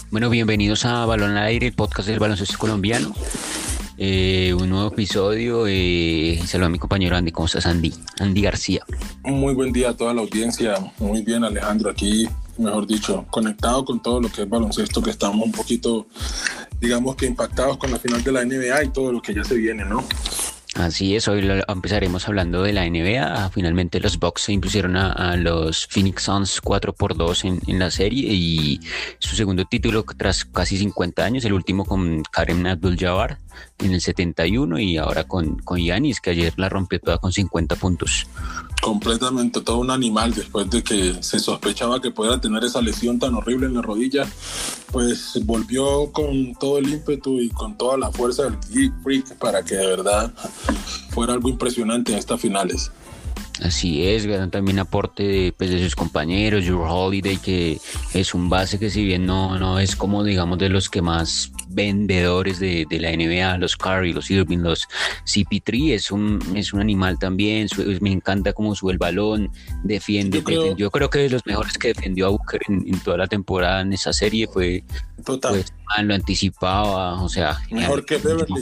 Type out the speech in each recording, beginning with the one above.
Bueno, bienvenidos a Balón al Aire, el podcast del baloncesto colombiano. Un nuevo episodio. Saludo a mi compañero Andy. ¿Cómo estás, Andy? Andy García. Muy buen día a toda la audiencia. Muy bien, Alejandro, aquí, mejor dicho, conectado con todo lo que es baloncesto, que estamos un poquito, digamos que impactados con la final de la NBA y todo lo que ya se viene, ¿no? Así es, hoy empezaremos hablando de la NBA. Finalmente los Bucks se impusieron a los Phoenix Suns 4-2 en la serie y su segundo título tras casi 50 años, el último con Kareem Abdul-Jabbar en el 71 y ahora con Giannis, que ayer la rompió toda con 50 puntos. Completamente, todo un animal. Después de que se sospechaba que pudiera tener esa lesión tan horrible en la rodilla, pues volvió con todo el ímpetu y con toda la fuerza del Geek Freak para que de verdad fuera algo impresionante en estas finales. Así es, gran también aporte de sus compañeros, Jrue Holiday, que es un base que si bien no es como digamos de los que más vendedores de la NBA, los Curry, los Irving, los CP3, es un animal también, me encanta cómo sube el balón, defiende, yo creo que de los mejores que defendió a Booker en toda la temporada en esa serie fue total. Lo anticipaba, o sea, mejor que Beverly.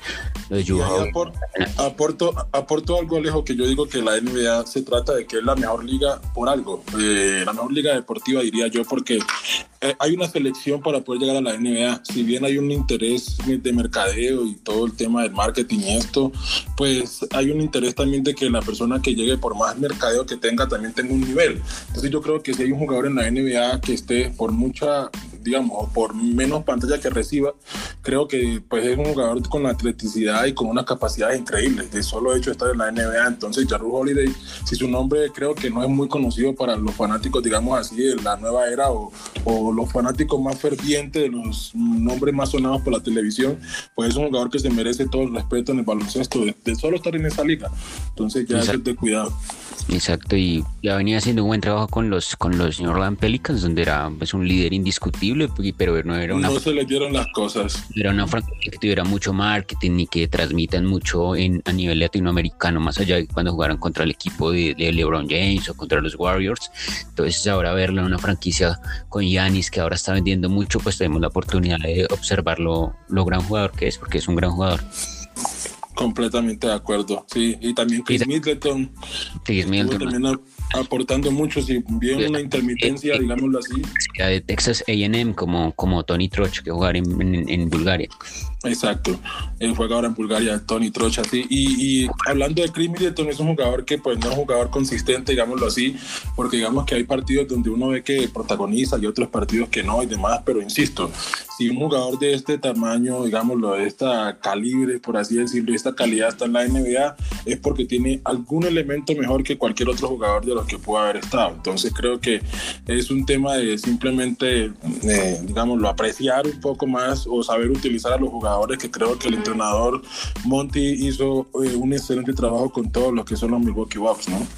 Aporto algo, Alejo, que yo digo que la NBA se trata de que es la mejor liga por algo, la mejor liga deportiva, diría yo, porque hay una selección para poder llegar a la NBA. Si bien hay un interés de mercadeo y todo el tema del marketing y esto, pues hay un interés también de que la persona que llegue, por más mercadeo que tenga, también tenga un nivel. Entonces yo creo que si hay un jugador en la NBA que esté por mucha, digamos, por menos pantalla que reciba, creo que pues es un jugador con atleticidad y con unas capacidades increíbles. De solo hecho de estar en la NBA, entonces Jrue Holiday, si su nombre creo que no es muy conocido para los fanáticos, digamos así, de la nueva era o los fanáticos más fervientes de los nombres más sonados por la televisión, pues es un jugador que se merece todo el respeto en el baloncesto de solo estar en esa liga. Entonces ya es de cuidado. Exacto, y ya venía haciendo un buen trabajo con los New Orleans Pelicans, donde era pues, un líder indiscutible, pero no se le dieron las cosas. Era una franquicia que tuviera mucho marketing y que transmitan mucho a nivel latinoamericano, más allá de cuando jugaran contra el equipo de LeBron James o contra los Warriors. Entonces ahora verlo en una franquicia con Giannis, que ahora está vendiendo mucho, pues tenemos la oportunidad de observar lo gran jugador que es, porque es un gran jugador. Completamente de acuerdo, sí, y también Chris Middleton también aportando mucho, si bien una intermitencia, digámoslo así. De Texas A&M como Tony Troch, que jugar en Bulgaria. Exacto, él juega ahora en Bulgaria, Tony Troch, así. Y hablando de Chris Middleton, es un jugador que pues no es un jugador consistente, digámoslo así, porque digamos que hay partidos donde uno ve que protagoniza y otros partidos que no y demás, pero insisto, si un jugador de este tamaño, digámoslo, de esta calibre, por así decirlo, de esta calidad está en la NBA, es porque tiene algún elemento mejor que cualquier otro jugador de los que pudo haber estado. Entonces creo que es un tema de simplemente, digámoslo, apreciar un poco más o saber utilizar a los jugadores, que creo que el entrenador Monty hizo un excelente trabajo con todos los que son los Milwaukee Bucks, ¿no?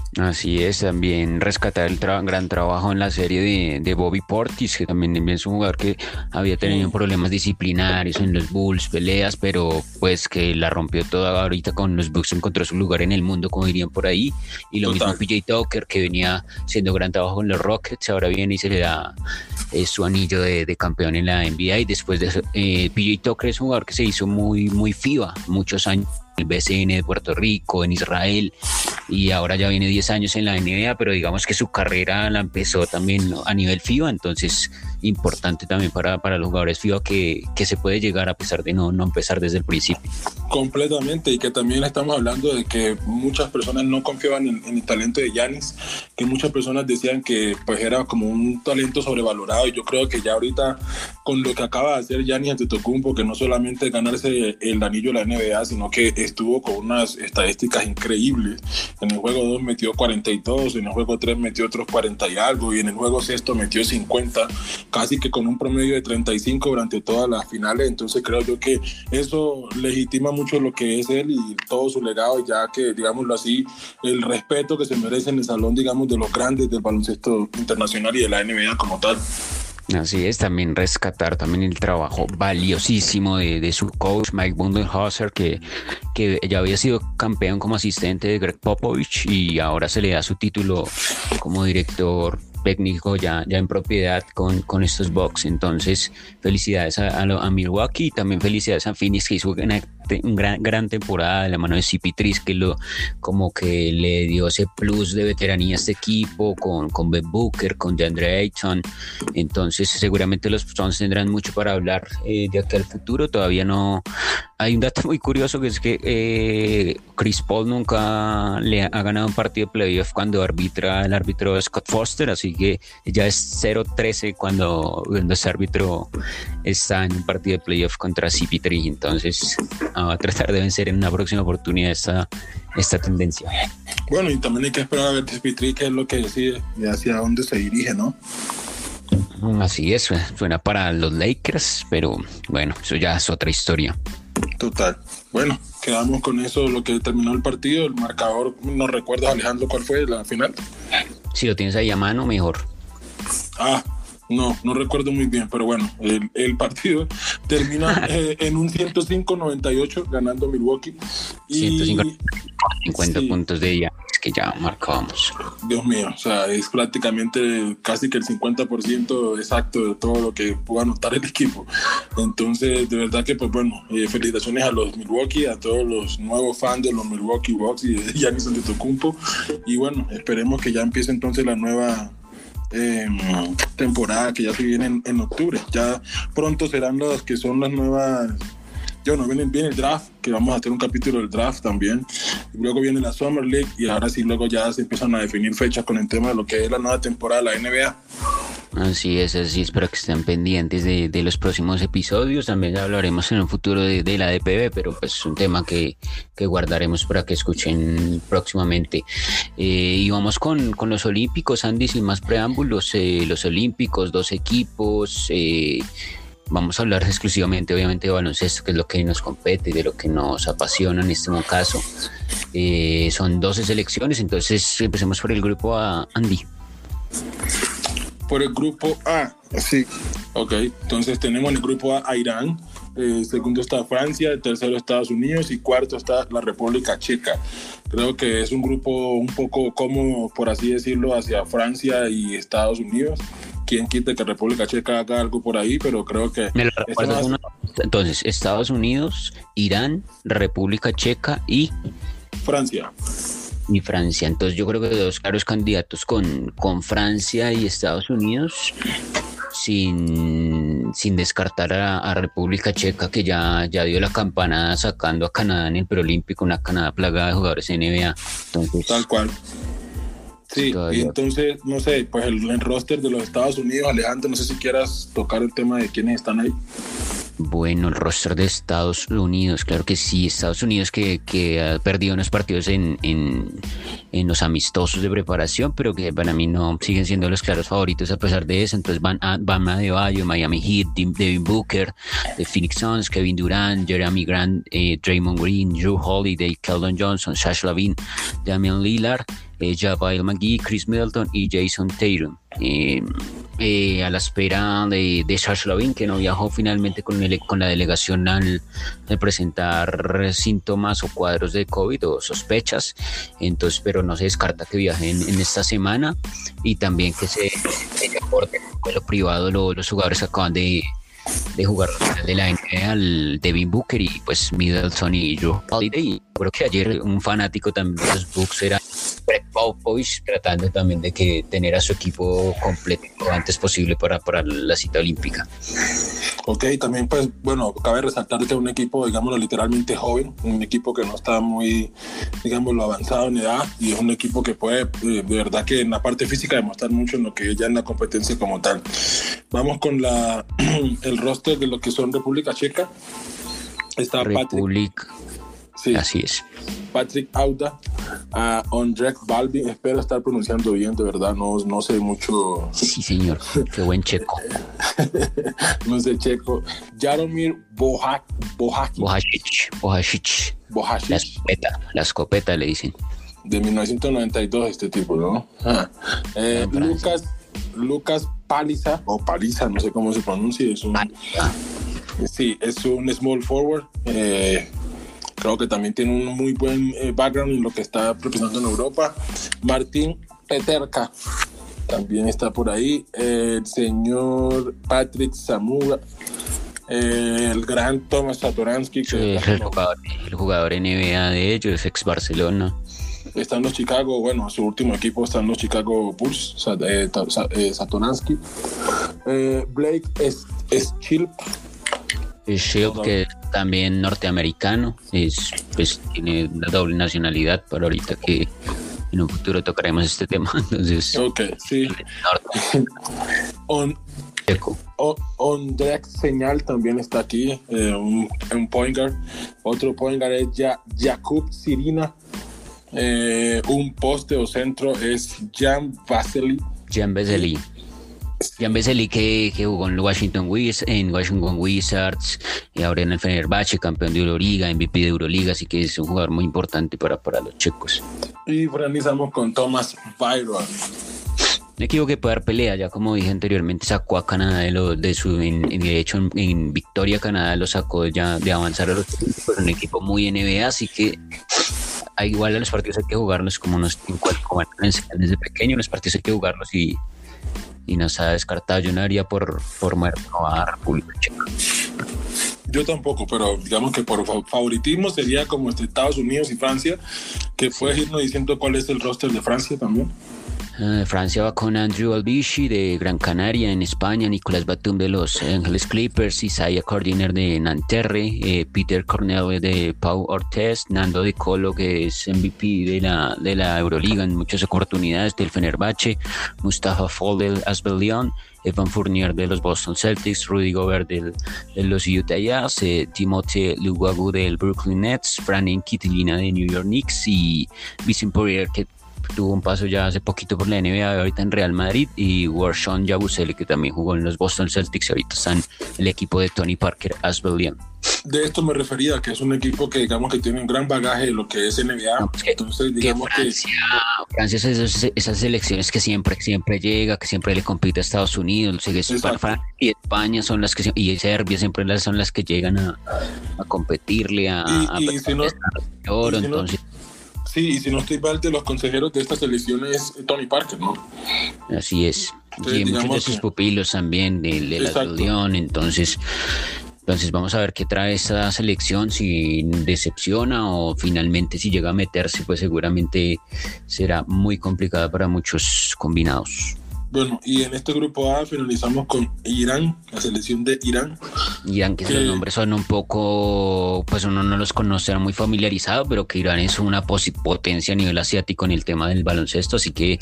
Así es, también rescatar el gran trabajo en la serie de Bobby Portis, que también es un jugador que había tenido problemas disciplinarios en los Bulls, peleas, pero pues que la rompió toda ahorita con los Bucks, encontró su lugar en el mundo, como dirían por ahí, y lo mismo PJ Tucker, que venía haciendo gran trabajo en los Rockets, ahora viene y se le da su anillo de campeón en la NBA, y después de eso, PJ Tucker es un jugador que se hizo muy FIBA, muchos años en el BCN de Puerto Rico, en Israel, y ahora ya viene 10 años en la NBA, pero digamos que su carrera la empezó también a nivel FIBA, entonces importante también para los jugadores FIBA que se puede llegar a pesar de no empezar desde el principio. Completamente, y que también estamos hablando de que muchas personas no confiaban en el talento de Giannis, que muchas personas decían que pues era como un talento sobrevalorado, y yo creo que ya ahorita con lo que acaba de hacer Giannis Antetokounmpo, que no solamente ganarse el anillo de la NBA, sino que estuvo con unas estadísticas increíbles. En el juego 2 metió 42, en el juego 3 metió otros 40 y algo, y en el juego 6 metió 50, casi que con un promedio de 35 durante todas las finales. Entonces creo yo que eso legitima mucho lo que es él y todo su legado, ya que, digámoslo así, el respeto que se merece en el salón, digamos, de los grandes del baloncesto internacional y de la NBA como tal. Así es, también rescatar también el trabajo valiosísimo de su coach Mike Budenholzer, que ya había sido campeón como asistente de Greg Popovich y ahora se le da su título como director técnico ya en propiedad con estos Bucks. Entonces, felicidades a Milwaukee y también felicidades a Phoenix, que hizo una gran temporada de la mano de CP3, que como que le dio ese plus de veteranía a este equipo con Ben Booker, con DeAndre Ayton. Entonces, seguramente los Suns tendrán mucho para hablar de aquí al futuro. Todavía no. Hay un dato muy curioso, que es que Chris Paul nunca le ha ganado un partido de playoff cuando arbitra el árbitro Scott Foster, así que ya es 0-13 cuando ese árbitro está en un partido de playoff contra CP3. Entonces va a tratar de vencer en una próxima oportunidad esta tendencia. Bueno, y también hay que esperar a ver CP3 qué es lo que decide y hacia dónde se dirige, ¿no? Así es, suena para los Lakers, pero bueno, eso ya es otra historia. Total. Bueno, quedamos con eso, lo que terminó el partido. El marcador, ¿no recuerdas, Alejandro, cuál fue la final? Si lo tienes ahí a mano, mejor. No recuerdo muy bien, pero bueno, el partido termina en un 105-98 ganando Milwaukee. Y 50 puntos de ella que ya marcábamos. Dios mío, o sea, es prácticamente casi que el 50% exacto de todo lo que pudo anotar el equipo. Entonces, de verdad que, pues bueno, felicitaciones a los Milwaukee, a todos los nuevos fans de los Milwaukee Bucks y de Giannis Antetokounmpo. Y bueno, esperemos que ya empiece entonces la nueva temporada que ya se viene en octubre. Ya pronto serán las que son las nuevas. Bueno, viene el draft, que vamos a hacer un capítulo del draft también. Y luego viene la Summer League y ahora sí, luego ya se empiezan a definir fechas con el tema de lo que es la nueva temporada de la NBA. Así es, espero que estén pendientes de los próximos episodios. También hablaremos en un futuro de la DPB, pero pues es un tema que guardaremos para que escuchen próximamente. Y vamos con los Olímpicos, Andy, sin más preámbulos. Los Olímpicos, 2 equipos. Vamos a hablar exclusivamente, obviamente, de baloncesto, que es lo que nos compete y de lo que nos apasiona en este caso. Son 12 selecciones, entonces empecemos por el grupo A, Andy. Por el grupo A, sí. Ok, entonces tenemos en el grupo A Irán, segundo está Francia, tercero Estados Unidos y cuarto está la República Checa. Creo que es un grupo un poco cómodo, por así decirlo, hacia Francia y Estados Unidos. Quien quite que República Checa haga algo por ahí, pero creo que... ¿Me lo recuerdas? Entonces, Estados Unidos, Irán, República Checa y... Francia. Y Francia. Entonces yo creo que 2 claros candidatos con Francia y Estados Unidos, sin descartar a República Checa, que ya dio la campanada sacando a Canadá en el preolímpico, una Canadá plagada de jugadores NBA. Entonces, tal cual. Sí, y entonces, no sé, pues el roster de los Estados Unidos, Alejandro, no sé si quieras tocar el tema de quiénes están ahí. Bueno, el roster de Estados Unidos, claro que sí, Estados Unidos que ha perdido unos partidos en los amistosos de preparación, pero que para mí no siguen siendo los claros favoritos a pesar de eso. Entonces Bam Adebayo, Miami Heat, Devin Booker, de Phoenix Suns, Kevin Durant, Jeremy Grant, Draymond Green, Jrue Holiday, Keldon Johnson, Zach LaVine, Damian Lillard, JaVale McGee, Chris Middleton y Jason Tatum. A la espera de Zach LaVine, que no viajó finalmente con la delegación al presentar síntomas o cuadros de COVID o sospechas, entonces, pero no se descarta que viaje en esta semana, y también que se aporte con lo privado los jugadores que acaban de jugar de la NBA, al Devin Booker y pues Middleton y Jrue Holiday. Creo que ayer un fanático también de los Bucks era Greg Popovich, tratando también de que tener a su equipo completo lo antes posible para la cita olímpica. Ok, también pues bueno, cabe resaltar que es un equipo, digámoslo, literalmente joven, un equipo que no está muy, digámoslo, avanzado en edad, y es un equipo que puede, de verdad que en la parte física, demostrar mucho en lo que ya en la competencia como tal. Vamos con el roster de lo que son República Checa. Está República. Sí. Así es. Patrick Auda, Ondřej Balvin, espero estar pronunciando bien, de verdad, no sé mucho. Sí, señor, qué buen checo. No sé checo. Jaromír Bohačić. La escopeta le dicen. De 1992 este tipo, ¿no? Lucas Paliza, o Paliza, no sé cómo se pronuncia, es un small forward. Creo que también tiene un muy buen background en lo que está representando en Europa. Martín Peterka, también está por ahí. El señor Patrick Zamora, el gran Tomas Satoransky, que el jugador NBA de ellos, ex Barcelona. Están los Chicago, bueno, su último equipo están los Chicago Bulls, Satoransky. Blake Schilp, que es también norteamericano, pues tiene la doble nacionalidad, para ahorita que en un futuro tocaremos este tema. Entonces, ok, sí. Ondrek Señal también está aquí, un point guard. Otro point guard es Jakub Sirina. Un poste o centro es Jan Vesely, que jugó en Washington Wizards, y ahora en el Fenerbahce, campeón de Euroliga, MVP de Euroliga, así que es un jugador muy importante para los checos. Y finalizamos con Thomas Byron. Un equipo que puede dar pelea, ya como dije anteriormente, sacó a Canadá de hecho en victoria Canadá lo sacó ya de avanzar a los puntos, pero un equipo muy NBA, así que igual a los partidos hay que jugarlos como nos enseñan desde pequeño, los partidos hay que jugarlos y no se ha descartado. Yo no haría por a República Checa. Yo tampoco, pero digamos que por favoritismo sería como Estados Unidos y Francia, que puedes irnos diciendo cuál es el roster de Francia también. Francia va con Andrew Albishi de Gran Canaria. En España, Nicolas Batum de Los Angeles Clippers, Isaiah Cordiner de Nanterre, Peter Cornell de Pau Ortiz, Nando De Colo, que es MVP de la Euroliga en muchas oportunidades, del Fenerbahce, Mustafa Fall del Asbel Lyon, Evan Fournier de los Boston Celtics, Rudy Gobert de los Utah Jazz, Timothée Luwawu del Brooklyn Nets, Fran Ntilikina de New York Knicks y Vincent Poirier, que tuvo un paso ya hace poquito por la NBA, ahorita en Real Madrid, y Warshon Yabusele, que también jugó en los Boston Celtics, ahorita está en el equipo de Tony Parker Asbel Lyon. De esto me refería, que es un equipo que digamos que tiene un gran bagaje de lo que es NBA. No, entonces digamos Francia es esas selecciones que siempre llega, que siempre le compite a Estados Unidos, Francia y España son las que, y Serbia siempre son las que llegan a competirle entonces. Sí, y si no estoy mal, de los consejeros de esta selección es Tony Parker, ¿no? Así es. Entonces, y muchos de sus pupilos también de la León. Entonces vamos a ver qué trae esta selección, si decepciona o finalmente si llega a meterse, pues seguramente será muy complicada para muchos combinados. Bueno, y en este grupo A finalizamos con Irán, la selección de Irán. Irán, que esos nombres son un poco, pues uno no los conoce, era muy familiarizado, pero que Irán es una potencia a nivel asiático en el tema del baloncesto, así que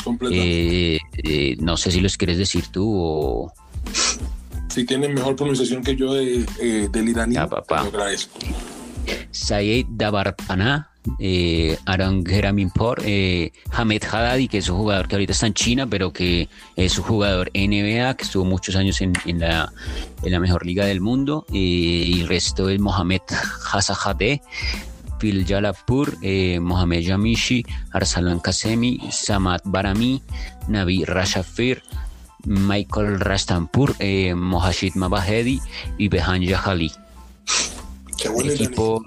no sé si los quieres decir tú o... Si tienen mejor pronunciación que yo del iraní, te lo agradezco. Saeed Dabarpanah, Aaron Geraminpour, Hamed Haddadi, que es un jugador que ahorita está en China, pero que es un jugador NBA, que estuvo muchos años en la mejor liga del mundo, y el resto es Mohamed Hassahadeh, Phil Jalapur, Mohamed Yamishi, Arsalan Kasemi, Samad Barami, Nabi Rashafir, Michael Rastanpur, Mohashid Mabahedi y Behan Yahali. Qué buen equipo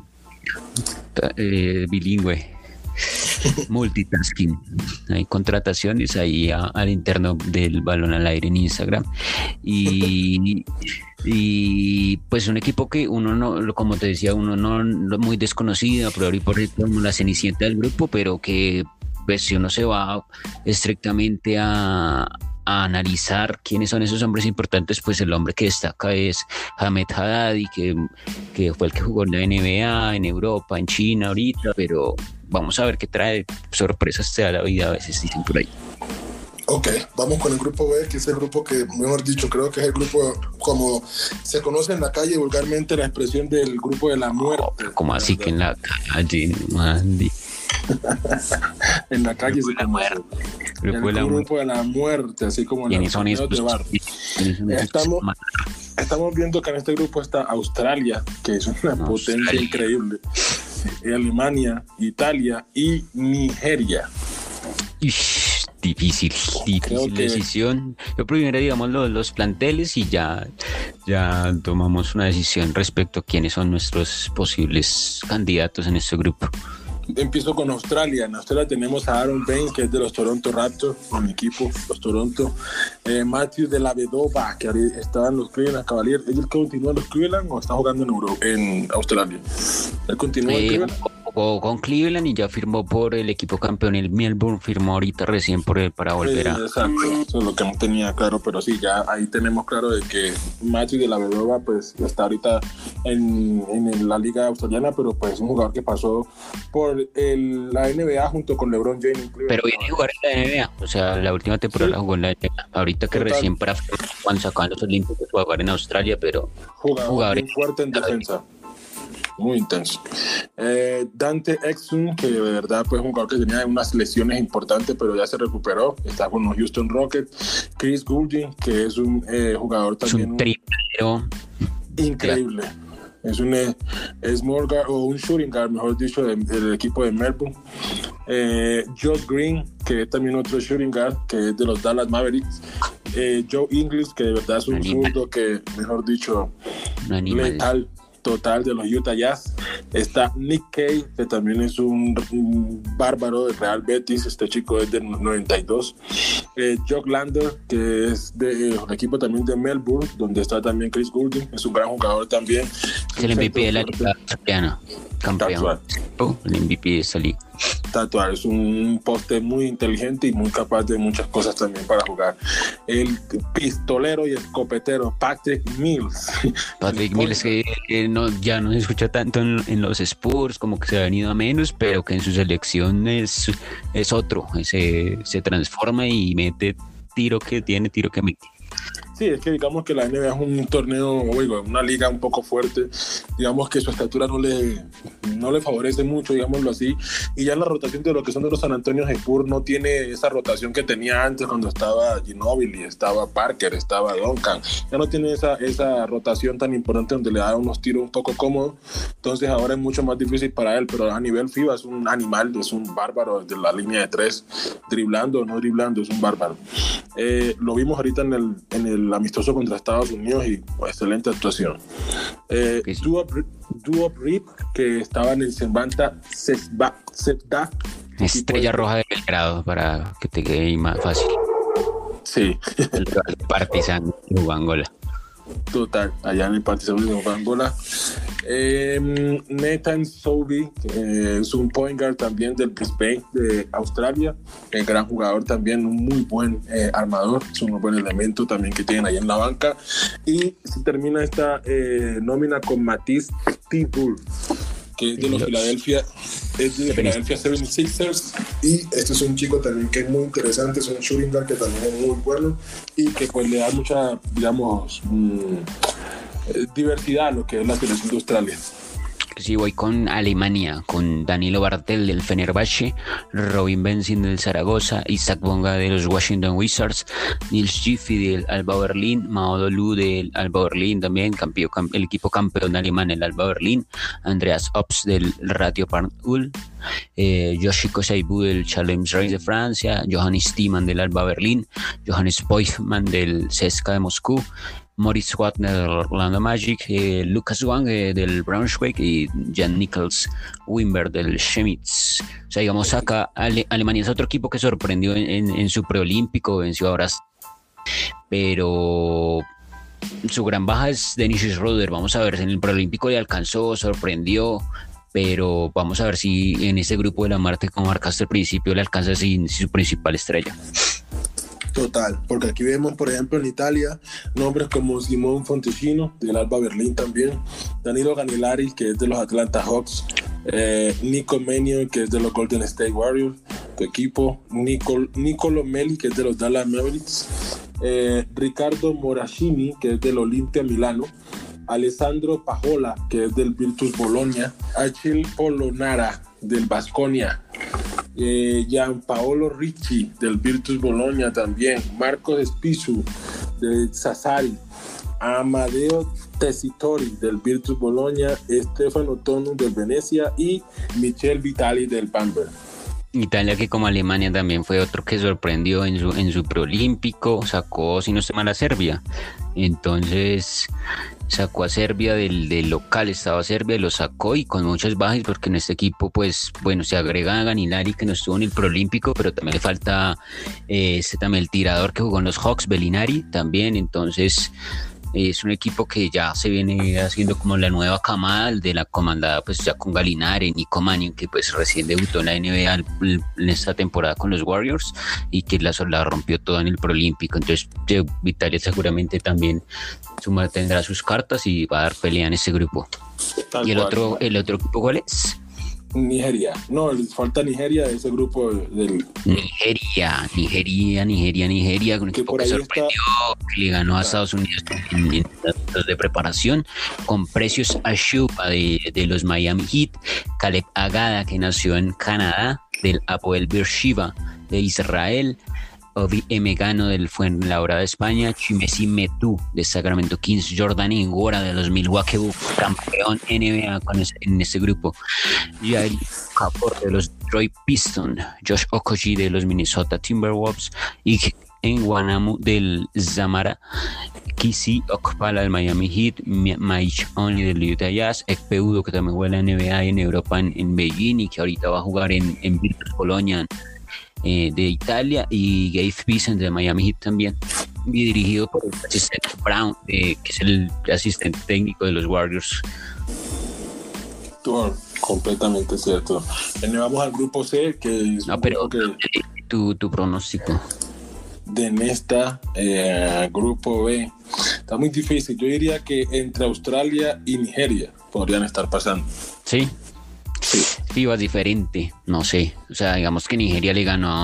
bilingüe, multitasking. Hay contrataciones ahí al interno del Balón al Aire en Instagram y pues un equipo que uno no, como te decía, uno no muy desconocido, a priori por como la cenicienta del grupo, pero que pues si uno se va estrictamente a analizar quiénes son esos hombres importantes, pues el hombre que destaca es Hamed Haddadi, que fue el que jugó en la NBA, en Europa, en China ahorita, pero vamos a ver qué trae, sorpresas te da la vida, a veces dicen por ahí. Ok, vamos con el grupo B, que es el grupo que, mejor dicho, creo que es el grupo, como se conoce en la calle vulgarmente, la expresión del grupo de la muerte. Como así que en la calle, Mandy. En la calle se conoce el grupo de la muerte, así como en los torneos de bar. Estamos viendo que en este grupo está Australia, que es una potencia increíble, Alemania, Italia y Nigeria. Difícil decisión. Yo primero digamos los planteles y ya tomamos una decisión respecto a quiénes son nuestros posibles candidatos en este grupo. empiezo con Australia. En Australia tenemos a Aaron Baines, que es de los Toronto Raptors, con mi equipo, los Toronto. Matthew de la Vedova, que estaba en los Cleveland Cavaliers. ¿Él continúa en los Cleveland o está jugando en Australia? Él continúa en Cleveland. Con Cleveland y ya firmó por el equipo campeón, el Melbourne, firmó ahorita recién para volver a... Exacto, eso es lo que no tenía claro, pero sí, ya ahí tenemos claro de que Matthew de la Vedova pues está ahorita en la liga australiana, pero pues es un jugador que pasó por la NBA junto con LeBron James. Pero viene a jugar en la NBA, o sea, la última temporada la jugó en la NBA, ahorita que total, recién cuando sacaban los Olímpicos fue a jugar en Australia, pero jugador muy fuerte en defensa. Muy intenso. Dante Exum, que de verdad pues un jugador que tenía unas lesiones importantes, pero ya se recuperó, está con los Houston Rockets. Chris Goulding, que es un jugador también... Es un triplero. Increíble. Es un small guard, o un shooting guard, mejor dicho, del equipo de Melbourne. Josh Green, que es también otro shooting guard, que es de los Dallas Mavericks. Joe Ingles, que de verdad es un zurdo que, mejor dicho, letal total de los Utah Jazz. Está Nick Kay, que también es un bárbaro de Real Betis. Este chico es del 92. Jock Lander, que es del equipo también de Melbourne, donde está también Chris Goulding, es un gran jugador también. Es el MVP de la liga australiana, campeón. El MVP de esa liga. Tatuar, es un poste muy inteligente y muy capaz de muchas cosas también para jugar. El pistolero y escopetero Patrick Mills. Patrick Mills, que ya no se escucha tanto en los Spurs, como que se ha venido a menos, pero que en su selección es otro, se transforma y mete tiro que mete. Sí, es que digamos que la NBA es un torneo, una liga un poco fuerte, digamos que su estatura no le favorece mucho, digámoslo así, y ya en la rotación de lo que son de los San Antonio Spurs no tiene esa rotación que tenía antes cuando estaba Ginobili, estaba Parker, estaba Duncan, ya no tiene esa rotación tan importante donde le da unos tiros un poco cómodos, entonces ahora es mucho más difícil para él, pero a nivel FIBA es un animal, es un bárbaro desde la línea de tres, driblando o no driblando, es un bárbaro. Lo vimos ahorita en el amistoso contra Estados Unidos y excelente actuación. Duop Rip, que estaba en el Cervanta Sevda, Estrella Roja de Belgrado, para que te quede más fácil. Sí. El Partizan de Angola. Total, allá en el Partizan de Angola. Nathan Sobey, es un point guard también del Brisbane de Australia, gran jugador también, un muy buen armador, es un buen elemento también que tienen ahí en la banca. Y se termina esta nómina con Matisse Thybulle, que es de los Philadelphia 76ers, y este es un chico también que es muy interesante, es un shooting guard que también es muy bueno y que pues le da mucha, digamos, diversidad a lo que es la selección de Australia. Sí, voy con Alemania, con Danilo Bartel del Fenerbahce, Robin Benzing del Zaragoza, Isaac Bonga de los Washington Wizards, Nils Giffey del Alba Berlín, Maodolu del Alba Berlín también, el equipo campeón alemán, el Alba Berlín, Andreas Ops del Ratio Parn-Ulm, Yoshiko Saibu del Challenge Reims de Francia, Johannes Thiemann del Alba Berlín, Johannes Boyfman del CSKA de Moscú, Moritz Wagner del Orlando Magic, Lucas Wang del Braunschweig y Jan Nichols Wimber del Chemnitz. O sea, digamos acá Alemania es otro equipo que sorprendió en su preolímpico, venció a Brasil, pero su gran baja es Dennis Schroeder. Vamos a ver si en el preolímpico le alcanzó, sorprendió, pero vamos a ver si en ese grupo de la Marte, como marcaste al principio, le alcanza sin su principal estrella. Total, porque aquí vemos, por ejemplo, en Italia, nombres como Simón Fontecchino, del Alba Berlín también, Danilo Ganilari, que es de los Atlanta Hawks, Nico Mannion, que es de los Golden State Warriors, tu equipo, Nicolo Melli, que es de los Dallas Mavericks, Ricardo Moracini, que es del Olimpia Milano, Alessandro Pajola, que es del Virtus Bologna, Achille Polonara, del Baskonia, Gianpaolo Ricci del Virtus Bologna también, Marcos Spisu del Sassari, Amadeo Tessitori del Virtus Bologna, Stefano Tonu del Venezia y Michel Vitali del Bamberg. Italia, que como Alemania también fue otro que sorprendió en su preolímpico, sacó, si no estoy mal, a Serbia. Entonces sacó a Serbia del local, estaba Serbia, lo sacó y con muchas bajas, porque en este equipo, pues, bueno, se agrega a Ganilari, que no estuvo en el Prolímpico, pero también le falta también el tirador que jugó en los Hawks, Bellinari, también. Entonces es un equipo que ya se viene haciendo como la nueva camada de la comandada, pues ya con Gallinari, Nico Mannion, que pues recién debutó en la NBA en esta temporada con los Warriors y que la rompió toda en el Prolímpico. Entonces Italia seguramente también tendrá sus cartas y va a dar pelea en ese grupo. Tal ¿Y el cual. otro grupo cuál es? Nigeria. No, les falta Nigeria de ese grupo del... Nigeria, un que equipo por que ahí sorprendió, que le ganó a Estados Unidos en los de preparación, con Precious Achiuwa de los Miami Heat, Caleb Agada, que nació en Canadá, del Hapoel Beersheva de Israel, Obi Emegano del Fuenlabrada de España, Chimesi Metu de Sacramento Kings, Jordan Ingora de los Milwaukee Bucks, campeón NBA en este grupo, Jair Kapor de los Detroit Pistons, Josh Okogie de los Minnesota Timberwolves y Nwanamu del Zamara, Kisi Okpala del Miami Heat, Mike Only del Utah Jazz, Ekpeudo, que también juega en la NBA en Europa en Beijing y que ahorita va a jugar en Virtus Colonia de Italia, y Gabe Vincent de Miami Heat también, y dirigido por el asistente Brown, que es el asistente técnico de los Warriors. Todo, completamente cierto. Vamos al grupo C, que es Pero que tu pronóstico. de esta grupo B está muy difícil. Yo diría que entre Australia y Nigeria podrían estar pasando. Sí. FIBA es diferente, no sé. O sea, digamos que Nigeria le ganó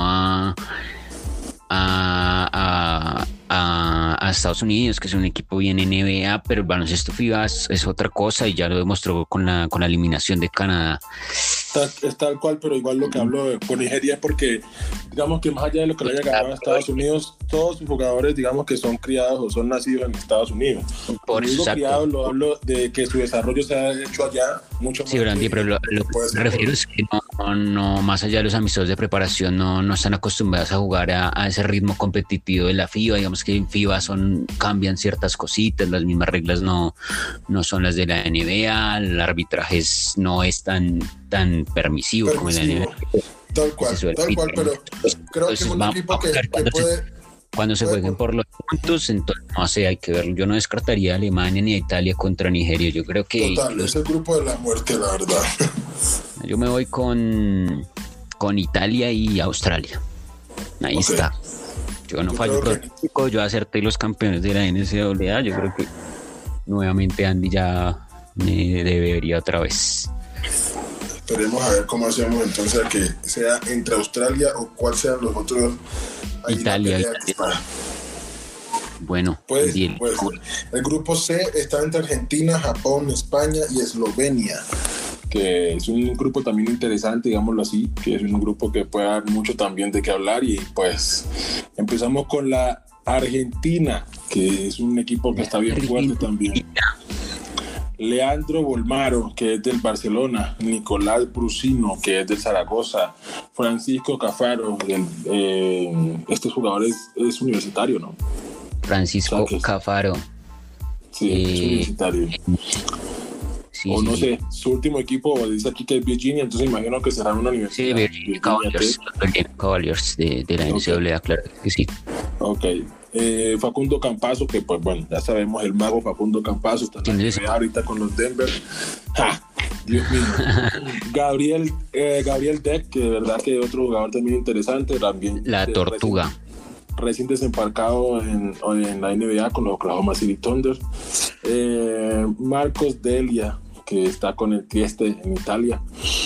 a Estados Unidos, que es un equipo bien NBA, pero el baloncesto FIBA es otra cosa y ya lo demostró con la eliminación de Canadá. Es tal cual, pero igual lo que hablo por Nigeria es porque, digamos que más allá de lo que le haya ganado a Estados Unidos, todos sus jugadores, digamos que son criados o son nacidos en Estados Unidos. Por eso, criados, lo hablo de que su desarrollo se ha hecho allá mucho más. Sí, Brandy, pero lo que me refiero es que no, más allá de los amistosos de preparación, no están acostumbrados a jugar a ese ritmo competitivo de la FIBA. Digamos que en FIBA cambian ciertas cositas, las mismas reglas no son las de la NBA, el arbitraje no es tan permisivo como en la NBA. Tal cual, pero creo que es un equipo que puede... Cuando se jueguen por los puntos, entonces no sé, hay que verlo. Yo no descartaría a Alemania ni a Italia contra Nigeria. Yo creo que... Total, es el grupo de la muerte, la verdad. Yo me voy con Italia y Australia. Ahí está. Yo no fallo pronóstico, yo acerté los campeones de la NCAA. Yo creo que nuevamente Andy ya me debería otra vez. Esperemos a ver cómo hacemos entonces que sea entre Australia o cuál sean los otros. Italia. Bueno, pues el grupo C está entre Argentina, Japón, España y Eslovenia, que es un grupo también interesante, digámoslo así, que es un grupo que puede dar mucho también de qué hablar. Y pues empezamos con la Argentina, que es un equipo que está bien fuerte también. Leandro Bolmaro, que es del Barcelona, Nicolás Brusino, que es del Zaragoza, Francisco Cafaro, este jugador es universitario, ¿no? Francisco Cafaro. Sí, es universitario. Sí, o no sé, su último equipo dice aquí que es Virginia, entonces imagino que será una universidad. Sí, Virginia Cavaliers de la NCAA, claro que sí. Ok. Facundo Campazzo, que pues bueno, ya sabemos, el mago Facundo Campazzo está ahorita con los Denver. Dios mío. Gabriel Deck, que de verdad que otro jugador también interesante, también la tortuga. Recién desembarcado en la NBA con los Oklahoma City Thunder. Marcos Delia, que está con el Trieste en Italia.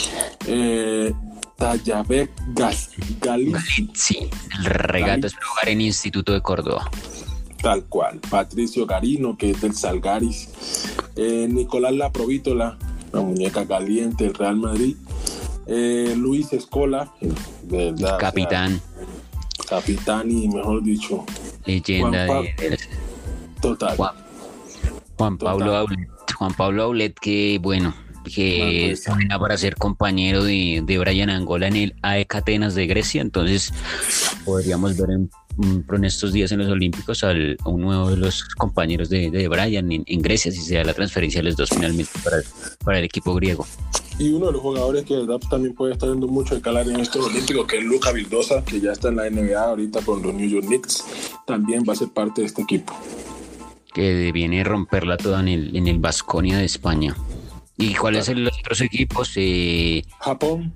Tayabek Galizzi, el regato es jugar en Instituto de Córdoba. Tal cual. Patricio Garino, que es del Salgaris. Nicolás Laprovítola, la muñeca caliente del Real Madrid. Luis Escola, capitán y mejor dicho, leyenda de total. Juan Pablo Aulet, que bueno, que Pues, está para ser compañero de Brian Angola en el AEK Atenas de Grecia. Entonces podríamos ver en estos días en los Olímpicos a un nuevo de los compañeros de Brian en Grecia, si se da la transferencia de los dos finalmente para el equipo griego. y uno de los jugadores que de verdad también puede estar dando mucho de calar en estos olímpicos, que es Luka Vildosa, que ya está en la NBA ahorita con los New York Knicks, también va a ser parte de este equipo. Que viene a romperla toda en el Baskonia de España. ¿Y cuáles son los otros equipos? Japón,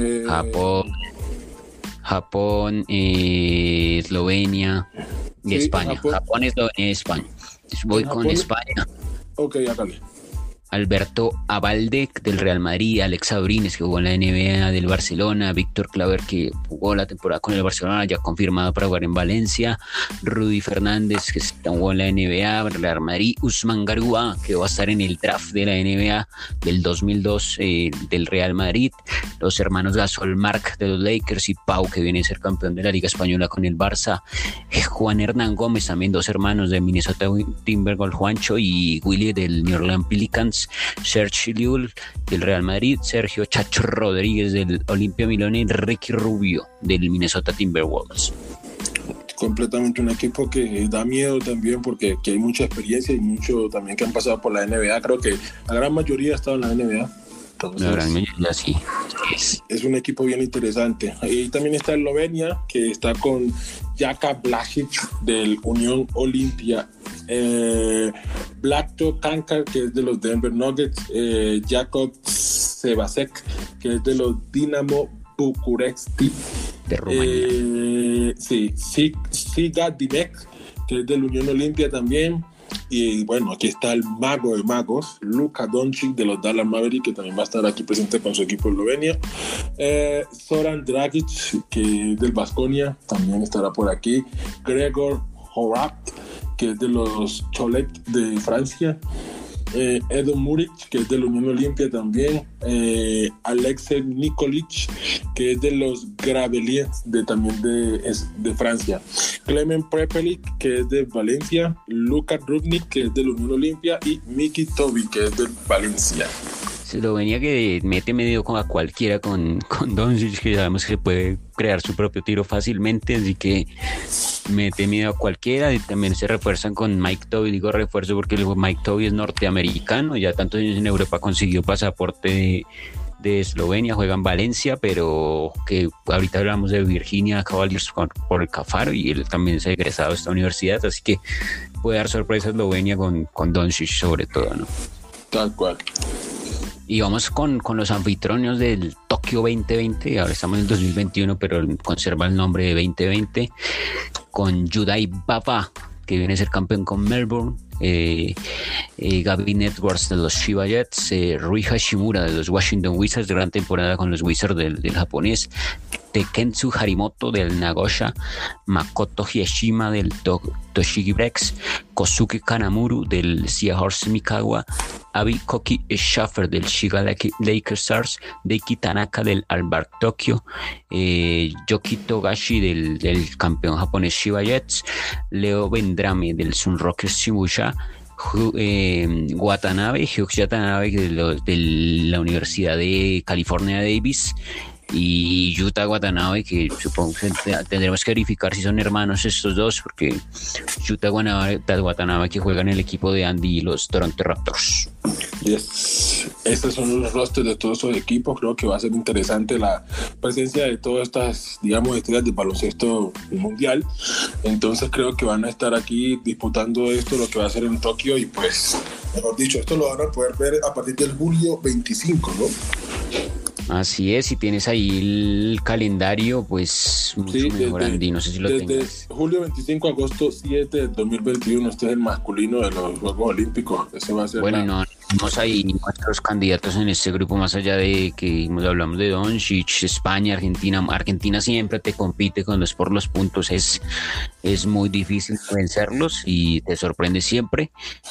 Japón, Eslovenia y sí, España. Japón, Eslovenia y España. Voy con España. Ok, hágale. Alberto Abalde del Real Madrid, Alex Abrines, que jugó en la NBA del Barcelona, Víctor Claver, que jugó la temporada con el Barcelona, ya confirmado para jugar en Valencia, Rudy Fernández, que jugó en la NBA, Real Madrid, Usman Garuba, que va a estar en el draft de la NBA del 2002 del Real Madrid, los hermanos Gasol Marc de los Lakers y Pau, que viene a ser campeón de la Liga Española con el Barça, Juan Hernán Gómez, también dos hermanos de Minnesota Timberwolves, Juancho, y Willy del New Orleans Pelicans, Serge Llull del Real Madrid, Sergio Chacho Rodríguez del Olimpia Milán y Ricky Rubio del Minnesota Timberwolves. Completamente un equipo que da miedo también porque que hay mucha experiencia y mucho también que han pasado por la NBA. Creo que la gran mayoría ha estado en la NBA. Entonces, la gran mayoría sí. Es un equipo bien interesante. Y también está Eslovenia, que está con Jaka Blažić del Unión Olimpia, Vlatko Kankar, que es de los Denver Nuggets, Jakob Sebasek, que es de los Dinamo Bucuresti, de Rumanía. Siga Dimek, que es del Unión Olimpia también. Y bueno, aquí está el mago de magos, Luka Doncic de los Dallas Mavericks, que también va a estar aquí presente con su equipo Eslovenia. Zoran Dragic, que es del Baskonia, también estará por aquí. Gregor Horat, que es de los Cholet de Francia. Edo Muric, que es de la Unión Olimpia también. Alexei Nikolic, que es de los Graveliers también de Francia. Clement Prepelic, que es de Valencia. Luka Rudnik, que es de la Unión Olimpia. Y Miki Tobi, que es de Valencia. Eslovenia que mete medio a cualquiera con Doncic, que sabemos que se puede crear su propio tiro fácilmente, así que mete miedo a cualquiera. Y también se refuerzan con Mike Toby, digo refuerzo porque Mike Toby es norteamericano, ya tantos años en Europa consiguió pasaporte de Eslovenia, juega en Valencia, pero que ahorita hablamos de Virginia Cavaliers por el Cafaro, y él también se ha egresado de esta universidad, así que puede dar sorpresa a Eslovenia con Doncic sobre todo, ¿no? Tal cual. Y vamos con los anfitriones del Tokio 2020, ahora estamos en el 2021, pero conserva el nombre de 2020, con Judai Baba, que viene a ser campeón con Melbourne, Gavin Edwards de los Chiba Jets, Rui Hashimura de los Washington Wizards, gran temporada con los Wizards del japonés, Tekentsu Harimoto del Nagoya, Makoto Hieshima del Toshigi Breaks, Kosuke Kanamuru del Seahawks Mikawa, Abi Koki Schaffer del Shiga Lakers Stars, Deiki Tanaka del Albark Tokyo, Yoki Togashi del campeón japonés Shiba Jets, Leo Vendrame del Sun Rockers Shibuya, Watanabe, Hyuji Watanabe de la Universidad de California Davis, y Yuta Watanabe, que supongo que tendremos que verificar si son hermanos estos dos, porque Yuta Watanabe que juega en el equipo de Andy y los Toronto Raptors. Yes. Estos son los rosters de todos esos equipos. Creo que va a ser interesante la presencia de todas estas, digamos, estrellas de baloncesto mundial. Entonces creo que van a estar aquí disputando esto, lo que va a ser en Tokio, y pues, mejor dicho, esto lo van a poder ver a partir del julio 25, ¿no? Así es, si tienes ahí el calendario, pues mucho sí, mejor, Andy, no sé si lo tengas. Desde julio 25 a agosto 7 del 2021, este es el masculino de los Juegos Olímpicos. Ese va a ser no tenemos ahí nuestros candidatos en este grupo, más allá de que hablamos de Doncic, España, Argentina. Argentina siempre te compite cuando es por los puntos, es muy difícil vencerlos y te sorprende siempre.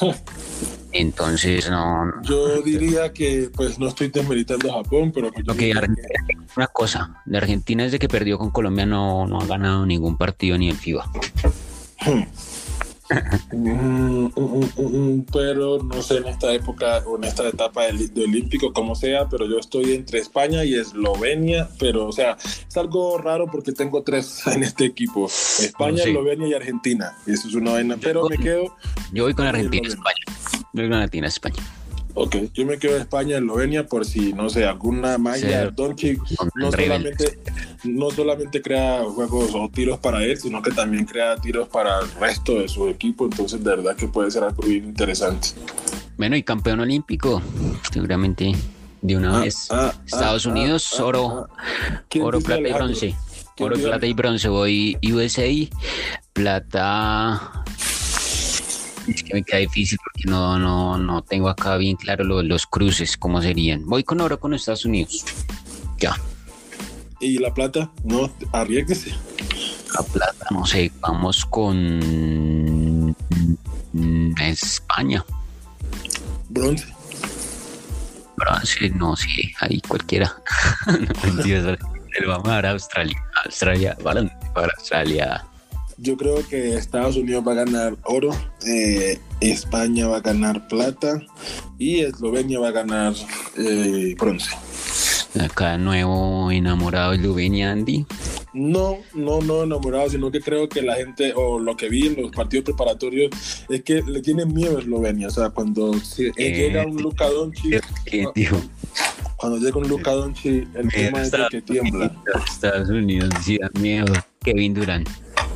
Entonces, no. Yo diría que, pues, no estoy desmeritando a Japón, pero una cosa, de Argentina desde que perdió con Colombia no ha ganado ningún partido ni en FIBA. Pero no sé en esta época o en esta etapa de olímpico como sea, pero yo estoy entre España y Eslovenia, pero o sea, es algo raro porque tengo tres en este equipo: España, Sí. Eslovenia y Argentina. Y eso es una vaina, pero me quedo. Yo voy con Argentina, Eslovenia. España. Yo voy con Argentina, España. Ok, yo me quedo en España, Eslovenia, por si, no sé, alguna magia. Sí. Doncic no solamente crea juegos o tiros para él, sino que también crea tiros para el resto de su equipo, entonces de verdad que puede ser algo bien interesante. Bueno, y campeón olímpico, seguramente de una vez. Estados Unidos, oro, ¿Quién oro, dice, plata y Alejandro? bronce. ¿Quién Oro, dice? plata y bronce. Voy USA, plata. Es que me queda difícil porque no tengo acá bien claro los cruces, cómo serían. Voy con oro con Estados Unidos. Ya. ¿Y la plata? No, arriesguese. La plata, no sé, vamos con España. Bronce. Bronce, no sé, ahí cualquiera. No, mentiras, le vamos a dar a Australia. Australia, balón para Australia. Yo creo que Estados Unidos va a ganar oro, España va a ganar plata y Eslovenia va a ganar bronce. Acá nuevo enamorado de Eslovenia, Andy. No enamorado, sino que creo que la gente, o lo que vi en los partidos preparatorios, es que le tienen miedo a Eslovenia. O sea, cuando llega un Luka Doncic, ¿Qué dijo? cuando llega un Luka Doncic, el tema es de que tiembla. Estados Unidos sí da miedo. Kevin Durant.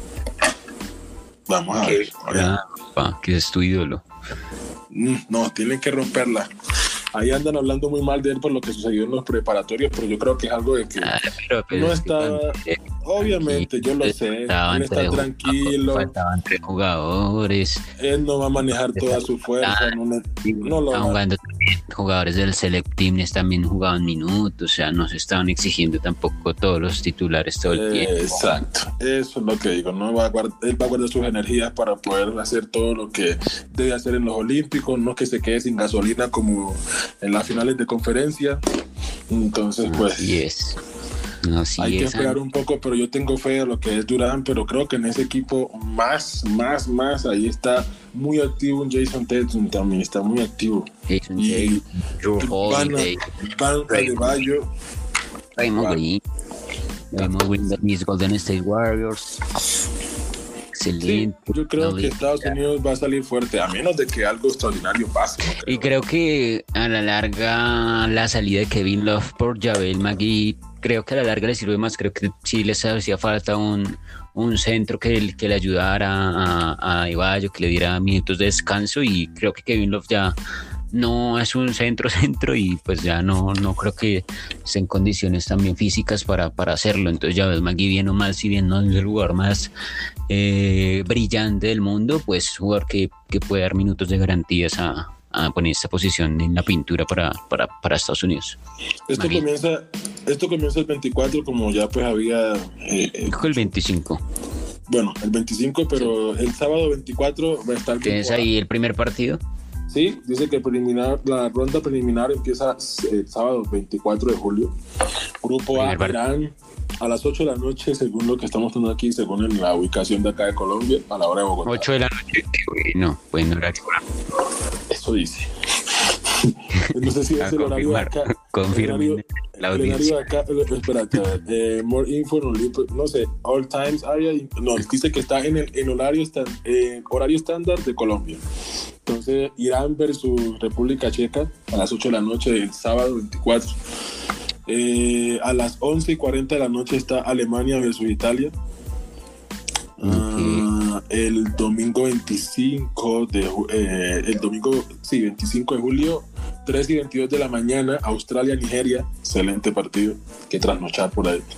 Vamos a ver. Que es tu ídolo. No, tienen que romperla. Ahí andan hablando muy mal de él por lo que sucedió en los preparatorios, pero yo creo que es algo de que pero no es que está. Obviamente, yo lo sé. Él está tranquilo. Faltaban 3 jugadores. Él no va a manejar toda su fuerza. No lo Estaban va a. jugando también jugadores del Select Teams, también jugaban minutos. O sea, no se estaban exigiendo tampoco todos los titulares todo el tiempo. Exacto, eso es lo que digo. Él va a guardar sus energías para poder hacer todo lo que debe hacer en los Olímpicos, no que se quede sin gasolina como en las finales de conferencia. Entonces, pues hay que esperar un poco, pero yo tengo fe a lo que es Durant, pero creo que en ese equipo más, ahí está muy activo un Jason Tatum, también está muy activo. Jason Y Drew Holiday, Van Adebayo. Raymond Green de mis Golden State Warriors. Excelente. Sí, yo creo que Estados Unidos va a salir fuerte, a menos de que algo extraordinario pase. ¿No creo? Y creo que a la larga la salida de Kevin Love por Javel McGee, creo que a la larga le sirve más. Creo que sí les hacía falta un centro que le ayudara a Adebayo, que le diera minutos de descanso, y creo que Kevin Love ya no es un centro y pues ya no creo que esté en condiciones también físicas para hacerlo. Entonces ya ves, McGee bien o mal, si bien no es el jugador más brillante del mundo, pues jugador que puede dar minutos de garantías a poner esta posición en la pintura para Estados Unidos. Esto comienza el 24, como ya pues había el 25. Bueno, el 25, pero el sábado 24 va a estar. ¿Tienes ahí el primer partido? Sí, dice que la ronda preliminar empieza el sábado 24 de julio. Grupo A, Irán, a las 8 de la noche, según lo que estamos teniendo aquí, según en la ubicación de acá de Colombia, a la hora de Bogotá. 8 de la noche, bueno, buen horario. Eso dice. No sé si es el horario de acá. Confirmen la audiencia. Espérate, more info, no sé, all times area. No, dice que está en horario estándar de Colombia. Entonces, Irán versus República Checa a las 8 de la noche del sábado 24. A las 11:40 de la noche está Alemania versus Italia. El domingo 25 de 25 de julio, 3:22 de la mañana, Australia-Nigeria. Excelente partido, que trasnochar por ahí.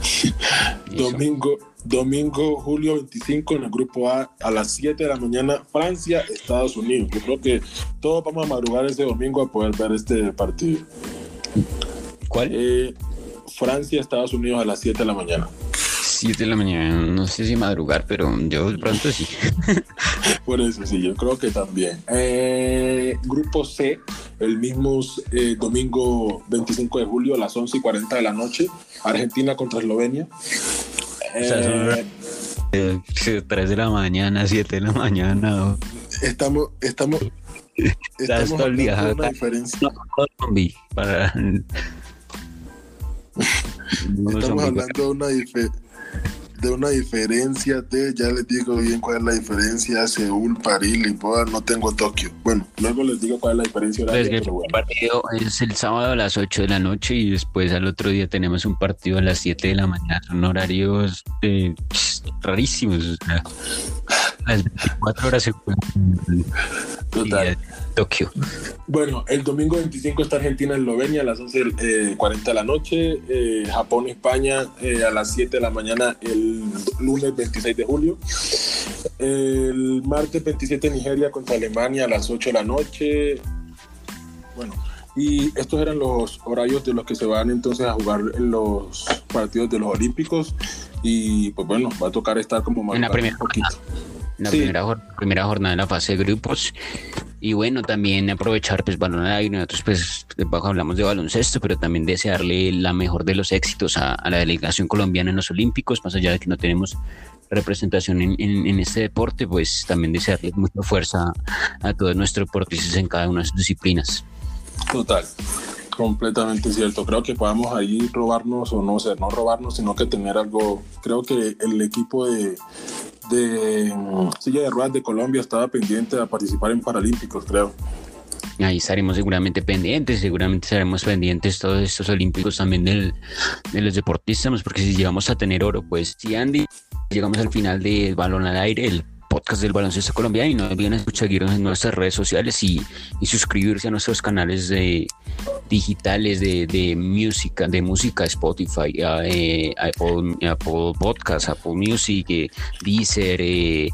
Domingo, julio 25, en el grupo A, a las 7 de la mañana, Francia-Estados Unidos. Yo creo que todos vamos a madrugar ese domingo a poder ver este partido. ¿Cuál? Francia-Estados Unidos a las 7 de la mañana. 7 de la mañana, no sé si madrugar, pero yo de pronto sí. Por eso sí, yo creo que también. Grupo C, el mismo domingo 25 de julio a las 11:40 de la noche, Argentina contra Eslovenia. 3 de la mañana, 7 de la mañana. Estamos Estás hablando de olvidado. una diferencia. Para... Estamos hablando de una diferencia de, ya les digo bien cuál es la diferencia, Seúl, París, Lisboa, no tengo Tokio. Bueno, luego les digo cuál es la diferencia horaria, Pues el pero bueno. partido es el sábado a las 8 de la noche y después al otro día tenemos un partido a las 7 de la mañana. Son horarios rarísimos. O sea, las 24 horas se juegan Total. Tokio. Bueno, el domingo 25 está Argentina-Eslovenia a las 11:40 de la noche, Japón-España a las 7 de la mañana el lunes 26 de julio, el martes 27 Nigeria contra Alemania a las 8 de la noche. Bueno, y estos eran los horarios de los que se van entonces a jugar en los partidos de los Olímpicos y pues bueno, va a tocar estar como más En la primera un poquito. La Sí. primera jornada de la fase de grupos. Y bueno, también aprovechar pues balón al aire. Nosotros pues hablamos de baloncesto, pero también desearle la mejor de los éxitos a la delegación colombiana en los Olímpicos, más allá de que no tenemos representación en este deporte, pues también desearle mucha fuerza a todos nuestros deportistas en cada una de sus disciplinas. Total, completamente cierto. Creo que podamos ahí robarnos, o no sé, no robarnos, sino que tener algo. Creo que el equipo de silla de ruedas de Colombia estaba pendiente de participar en Paralímpicos, creo. Ahí estaremos seguramente estaremos pendientes todos estos olímpicos también de los deportistas, porque si llegamos a tener oro, pues si Andy, llegamos al final de Balón al Aire, el podcast del baloncesto colombiano, y no olviden seguirnos en nuestras redes sociales y suscribirse a nuestros canales digitales de música, Spotify, Apple Podcast, Apple Music, Deezer,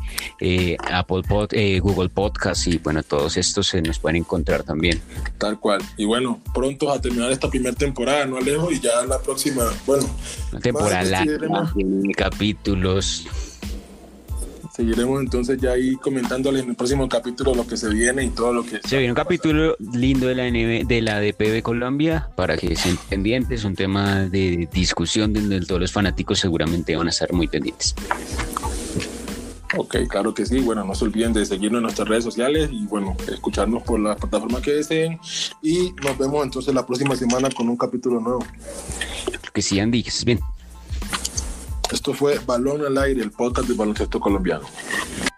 Google Podcast, y bueno, todos estos se nos pueden encontrar también. Tal cual. Y bueno, pronto a terminar esta primera temporada, no Alejo, y ya la próxima, bueno. Una temporada larga, capítulos. Seguiremos entonces ya ahí comentándoles en el próximo capítulo lo que se viene y todo lo que... Se viene un capítulo lindo de la ADP de Colombia para que estén pendientes, un tema de discusión donde todos los fanáticos seguramente van a estar muy pendientes. Ok, claro que sí. Bueno, no se olviden de seguirnos en nuestras redes sociales y bueno, escucharnos por las plataformas que deseen, y nos vemos entonces la próxima semana con un capítulo nuevo. Que sí, Andy, que estés bien. Esto fue Balón al Aire, el podcast del baloncesto colombiano.